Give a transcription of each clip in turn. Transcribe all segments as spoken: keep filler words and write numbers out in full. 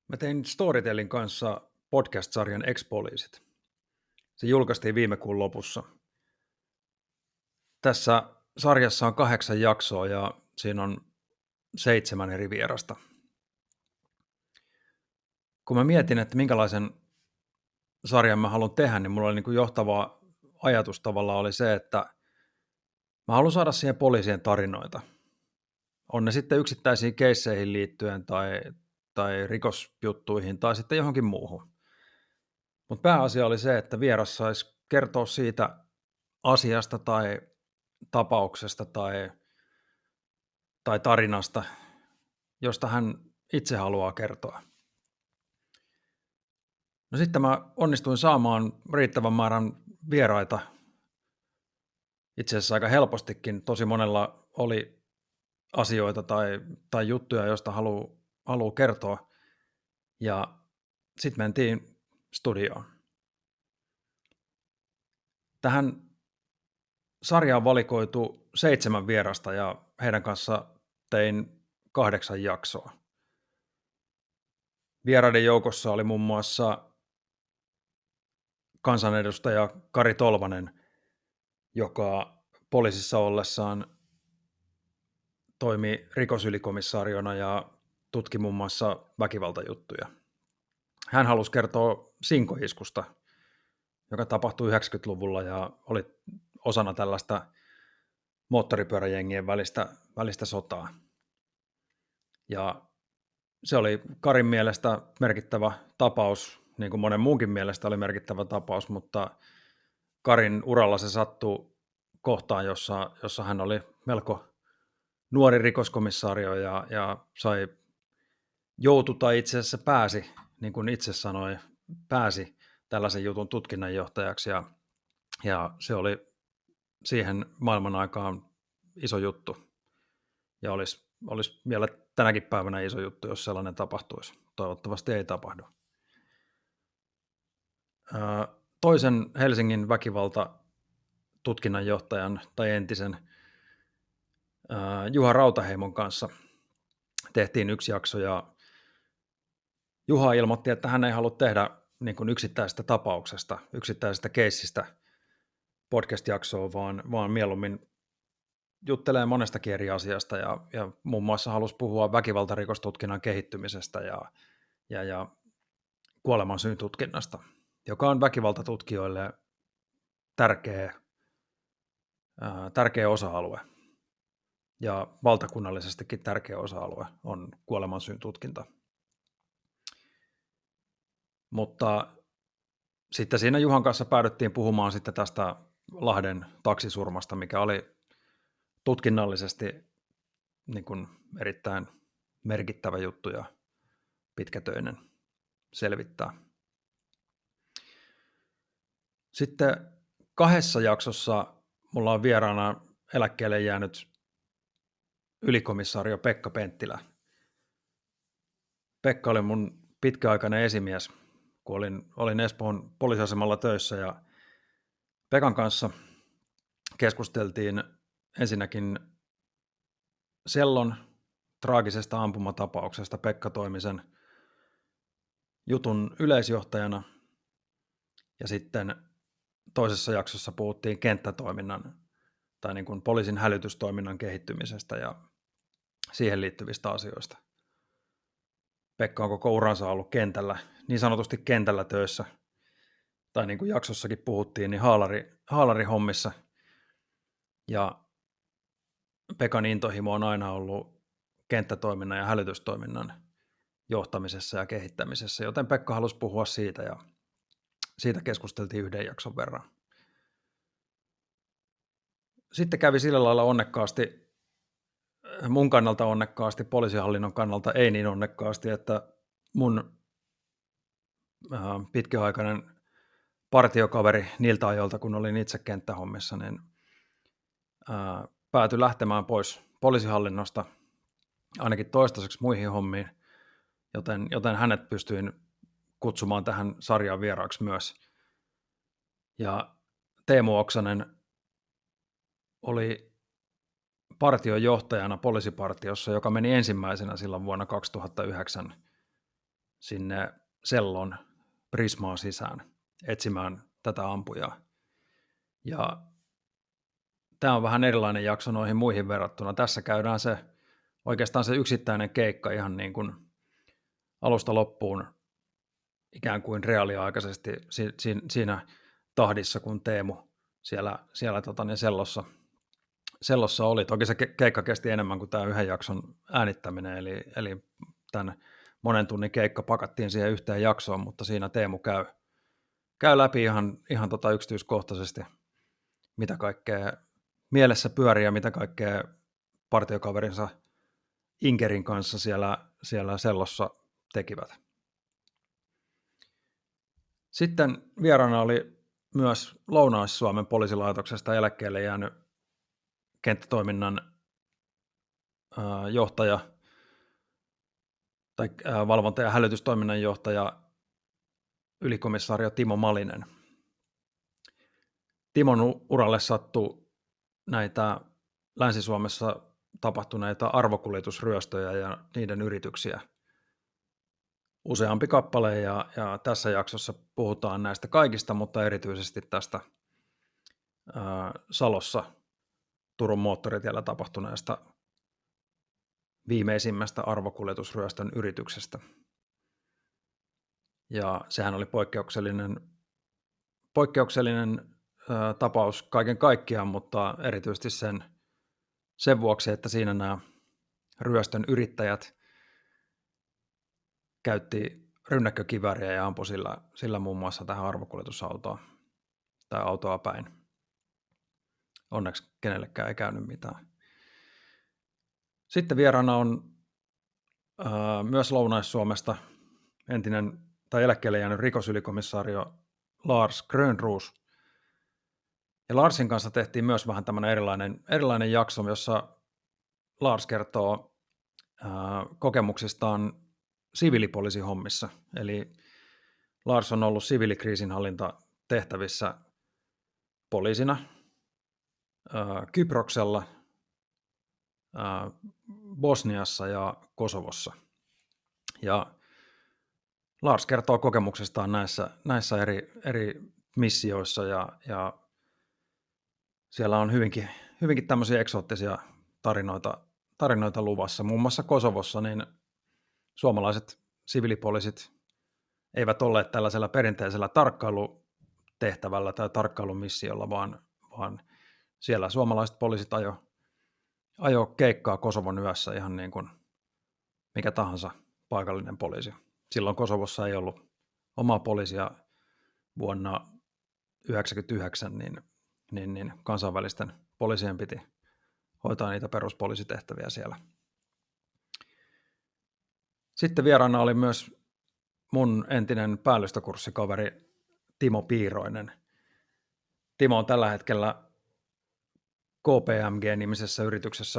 Mä tein Storytelin kanssa podcast-sarjan Ex-poliisit. Se julkaistiin viime kuun lopussa. Tässä sarjassa on kahdeksan jaksoa ja siinä on seitsemän eri vierasta. Kun mä mietin, että minkälaisen sarjan mä haluan tehdä, niin mulla oli niin kuin johtava ajatus tavallaan oli se, että mä haluan saada siihen poliisien tarinoita. On ne sitten yksittäisiin keisseihin liittyen tai, tai rikosjuttuihin tai sitten johonkin muuhun. Mutta pääasia oli se, että vieras saisi kertoa siitä asiasta tai tapauksesta tai, tai tarinasta, josta hän itse haluaa kertoa. No sitten mä onnistuin saamaan riittävän määrän vieraita. Itse asiassa aika helpostikin. Tosi monella oli asioita tai, tai juttuja, joista haluaa haluu kertoa. Ja sitten mentiin studioon. Tähän sarjaan valikoitu seitsemän vierasta ja heidän kanssa tein kahdeksan jaksoa. Vieraiden joukossa oli muun muassa kansanedustaja Kari Tolvanen, joka poliisissa ollessaan toimi rikosylikomissaariona ja tutki muun muassa väkivaltajuttuja. Hän halusi kertoa sinkoiskusta, joka tapahtui yhdeksänkymmentäluvulla ja oli osana tällaista moottoripyöräjengien välistä, välistä sotaa. Ja se oli Karin mielestä merkittävä tapaus, niin kuin monen muunkin mielestä oli merkittävä tapaus, mutta Karin uralla se sattui kohtaan, jossa, jossa hän oli melko nuori rikoskomissaario ja, ja sai joutu tai itse asiassa pääsi, niin kuin itse sanoi, pääsi tällaisen jutun tutkinnanjohtajaksi ja, ja se oli siihen maailman aikaan iso juttu ja olisi, olisi vielä tänäkin päivänä iso juttu, jos sellainen tapahtuisi. Toivottavasti ei tapahdu. Toisen Helsingin väkivalta tutkinnanjohtajan tai entisen Juha Rautaheimon kanssa tehtiin yksi jakso ja Juha ilmoitti, että hän ei halua tehdä niin kuin yksittäisestä tapauksesta, yksittäisestä keissistä podcast-jaksoa, vaan, vaan mieluummin juttelee monestakin eri asiasta ja, ja muun muassa halusi puhua väkivaltarikostutkinnan kehittymisestä ja, ja, ja kuolemansyyn tutkinnasta, joka on väkivaltatutkijoille tärkeä, ää, tärkeä osa-alue ja valtakunnallisestikin tärkeä osa-alue on kuolemansyyn tutkinta. Mutta sitten siinä Juhan kanssa päädyttiin puhumaan sitten tästä Lahden taksisurmasta, mikä oli tutkinnallisesti niin kuin erittäin merkittävä juttu ja pitkätöinen selvittää. Sitten kahdessa jaksossa mulla on vieraana eläkkeelle jäänyt ylikomissaario Pekka Penttilä. Pekka oli mun pitkäaikainen esimies, kun olin, olin Espoon poliisiasemalla töissä ja Pekan kanssa keskusteltiin ensinnäkin Sellon traagisesta ampumatapauksesta. Pekka toimi sen jutun yleisjohtajana ja sitten toisessa jaksossa puhuttiin kenttätoiminnan tai niin kuin poliisin hälytystoiminnan kehittymisestä ja siihen liittyvistä asioista. Pekka on koko uransa ollut kentällä, niin sanotusti kentällä töissä, tai niin kuin jaksossakin puhuttiin, niin haalari, haalarihommissa. Ja Pekan intohimo on aina ollut kenttätoiminnan ja hälytystoiminnan johtamisessa ja kehittämisessä, joten Pekka halusi puhua siitä ja siitä keskusteltiin yhden jakson verran. Sitten kävi sillä lailla onnekkaasti, mun kannalta onnekkaasti, poliisihallinnon kannalta ei niin onnekkaasti, että mun äh, pitkäaikainen partiokaveri niiltä ajoilta, kun olin itse kenttähommissa, niin äh, päätyi lähtemään pois poliisihallinnosta ainakin toistaiseksi muihin hommiin, joten, joten hänet pystyin kutsumaan tähän sarjaan vieraaksi myös. Ja Teemu Oksanen oli partion johtajana poliisipartiossa, joka meni ensimmäisenä silloin vuonna kaksituhattayhdeksän sinne sellon prismaa sisään etsimään tätä ampujaa. Ja tämä on vähän erilainen jakso noihin muihin verrattuna. Tässä käydään se oikeastaan se yksittäinen keikka ihan niin kuin alusta loppuun ikään kuin reaaliaikaisesti si- si- siinä tahdissa, kun Teemu siellä, siellä tota, niin sellossa, sellossa oli. Toki se ke- keikka kesti enemmän kuin tämä yhden jakson äänittäminen, eli, eli tämän monen tunnin keikka pakattiin siihen yhteen jaksoon, mutta siinä Teemu käy, käy läpi ihan, ihan tota yksityiskohtaisesti, mitä kaikkea mielessä pyörii ja mitä kaikkea partiokaverinsa Inkerin kanssa siellä, siellä sellossa tekivät. Sitten vieraana oli myös Lounais-Suomen poliisilaitoksesta eläkkeelle jäänyt kenttätoiminnan ää, johtaja tai ää, valvonta- ja hälytystoiminnan johtaja ylikomissaario Timo Malinen. Timon uralle sattui näitä Länsi-Suomessa tapahtuneita arvokuljetusryöstöjä ja niiden yrityksiä useampi kappale, ja, ja tässä jaksossa puhutaan näistä kaikista, mutta erityisesti tästä ää, Salossa Turun moottoritiellä tapahtuneesta viimeisimmästä arvokuljetusryöstön yrityksestä. Ja sehän oli poikkeuksellinen, poikkeuksellinen ää, tapaus kaiken kaikkiaan, mutta erityisesti sen, sen vuoksi, että siinä nämä ryöstön yrittäjät käytti rynnäkkökivääriä ja ampui sillä, sillä muun muassa tähän arvokuljetusautoon tai autoa päin. Onneksi kenellekään ei käynyt mitään. Sitten vieraana on ää, myös Lounais-Suomesta entinen tai eläkkeelle jäänyt rikosylikomissaario Lars Grönroos. Ja Larsin kanssa tehtiin myös vähän tämmöinen erilainen, erilainen jakso, jossa Lars kertoo ää, kokemuksistaan siviilipoliisihommissa. Eli Lars on ollut siviilikriisinhallintatehtävissä poliisina ää, Kyproksella, ää, Bosniassa ja Kosovossa. Ja Lars kertoo kokemuksistaan näissä, näissä eri, eri missioissa ja, ja siellä on hyvinkin, hyvinkin tämmöisiä eksoottisia tarinoita, tarinoita luvassa. Muun muassa Kosovossa niin suomalaiset siviilipoliisit eivät olleet tällaisella perinteisellä tarkkailutehtävällä tai tarkkailumissiolla, vaan, vaan siellä suomalaiset poliisit ajo, ajo keikkaa Kosovon yössä ihan niin kuin mikä tahansa paikallinen poliisi. Silloin Kosovossa ei ollut omaa poliisia vuonna yhdeksänkymmentäyhdeksän, niin, niin, niin kansainvälisten poliisien piti hoitaa niitä peruspoliisitehtäviä siellä. Sitten vieraana oli myös mun entinen päällystökurssikaveri Timo Piiroinen. Timo on tällä hetkellä K P M G-nimisessä yrityksessä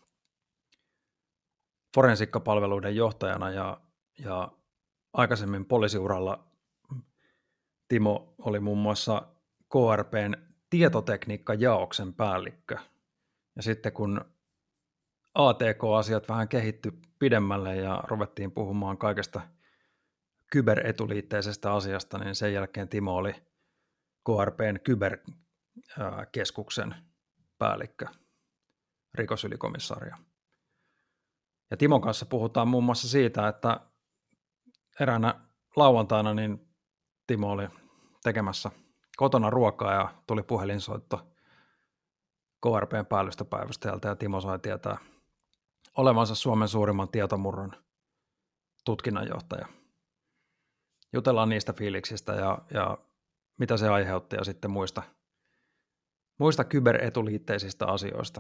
forensiikkapalveluiden johtajana ja, ja aikaisemmin poliisiuralla Timo oli muun muassa K R P:n tietotekniikkajaoksen päällikkö. Ja sitten kun A T K-asiat vähän kehittyi pidemmälle ja ruvettiin puhumaan kaikesta kyberetuliitteisestä asiasta, niin sen jälkeen Timo oli K R P:n kyberkeskuksen päällikkö, rikosylikomissaario. Ja Timon kanssa puhutaan muun muassa siitä, että eräänä lauantaina niin Timo oli tekemässä kotona ruokaa ja tuli puhelinsoitto K R P:n päällystöpäivystäjältä ja Timo sai tietää olevansa Suomen suurimman tietomurron tutkinnanjohtaja. Jutellaan niistä fiiliksistä ja, ja mitä se aiheutti ja sitten muista, muista kyberetuliitteisistä asioista.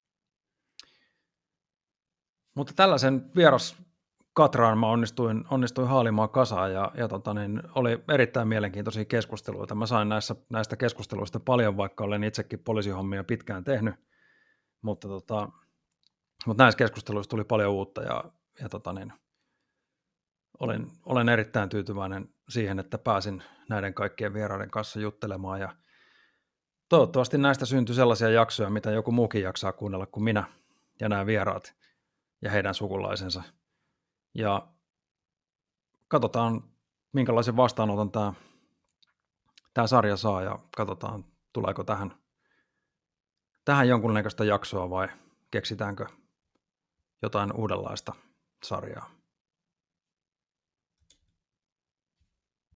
Mutta tällaisen vieras Katraan mä onnistuin, onnistuin haalimaan kasaan ja, ja tota niin, oli erittäin mielenkiintoisia keskusteluita. Mä sain näissä, näistä keskusteluista paljon, vaikka olen itsekin poliisihommia pitkään tehnyt, mutta, tota, mutta näissä keskusteluissa tuli paljon uutta ja, ja tota niin, olen, olen erittäin tyytyväinen siihen, että pääsin näiden kaikkien vieraiden kanssa juttelemaan ja toivottavasti näistä syntyi sellaisia jaksoja, mitä joku muukin jaksaa kuunnella kuin minä ja nämä vieraat ja heidän sukulaisensa. Ja katsotaan, minkälaisen vastaanoton tämä, tämä sarja saa ja katsotaan, tuleeko tähän, tähän jonkunnäköistä jaksoa vai keksitäänkö jotain uudenlaista sarjaa.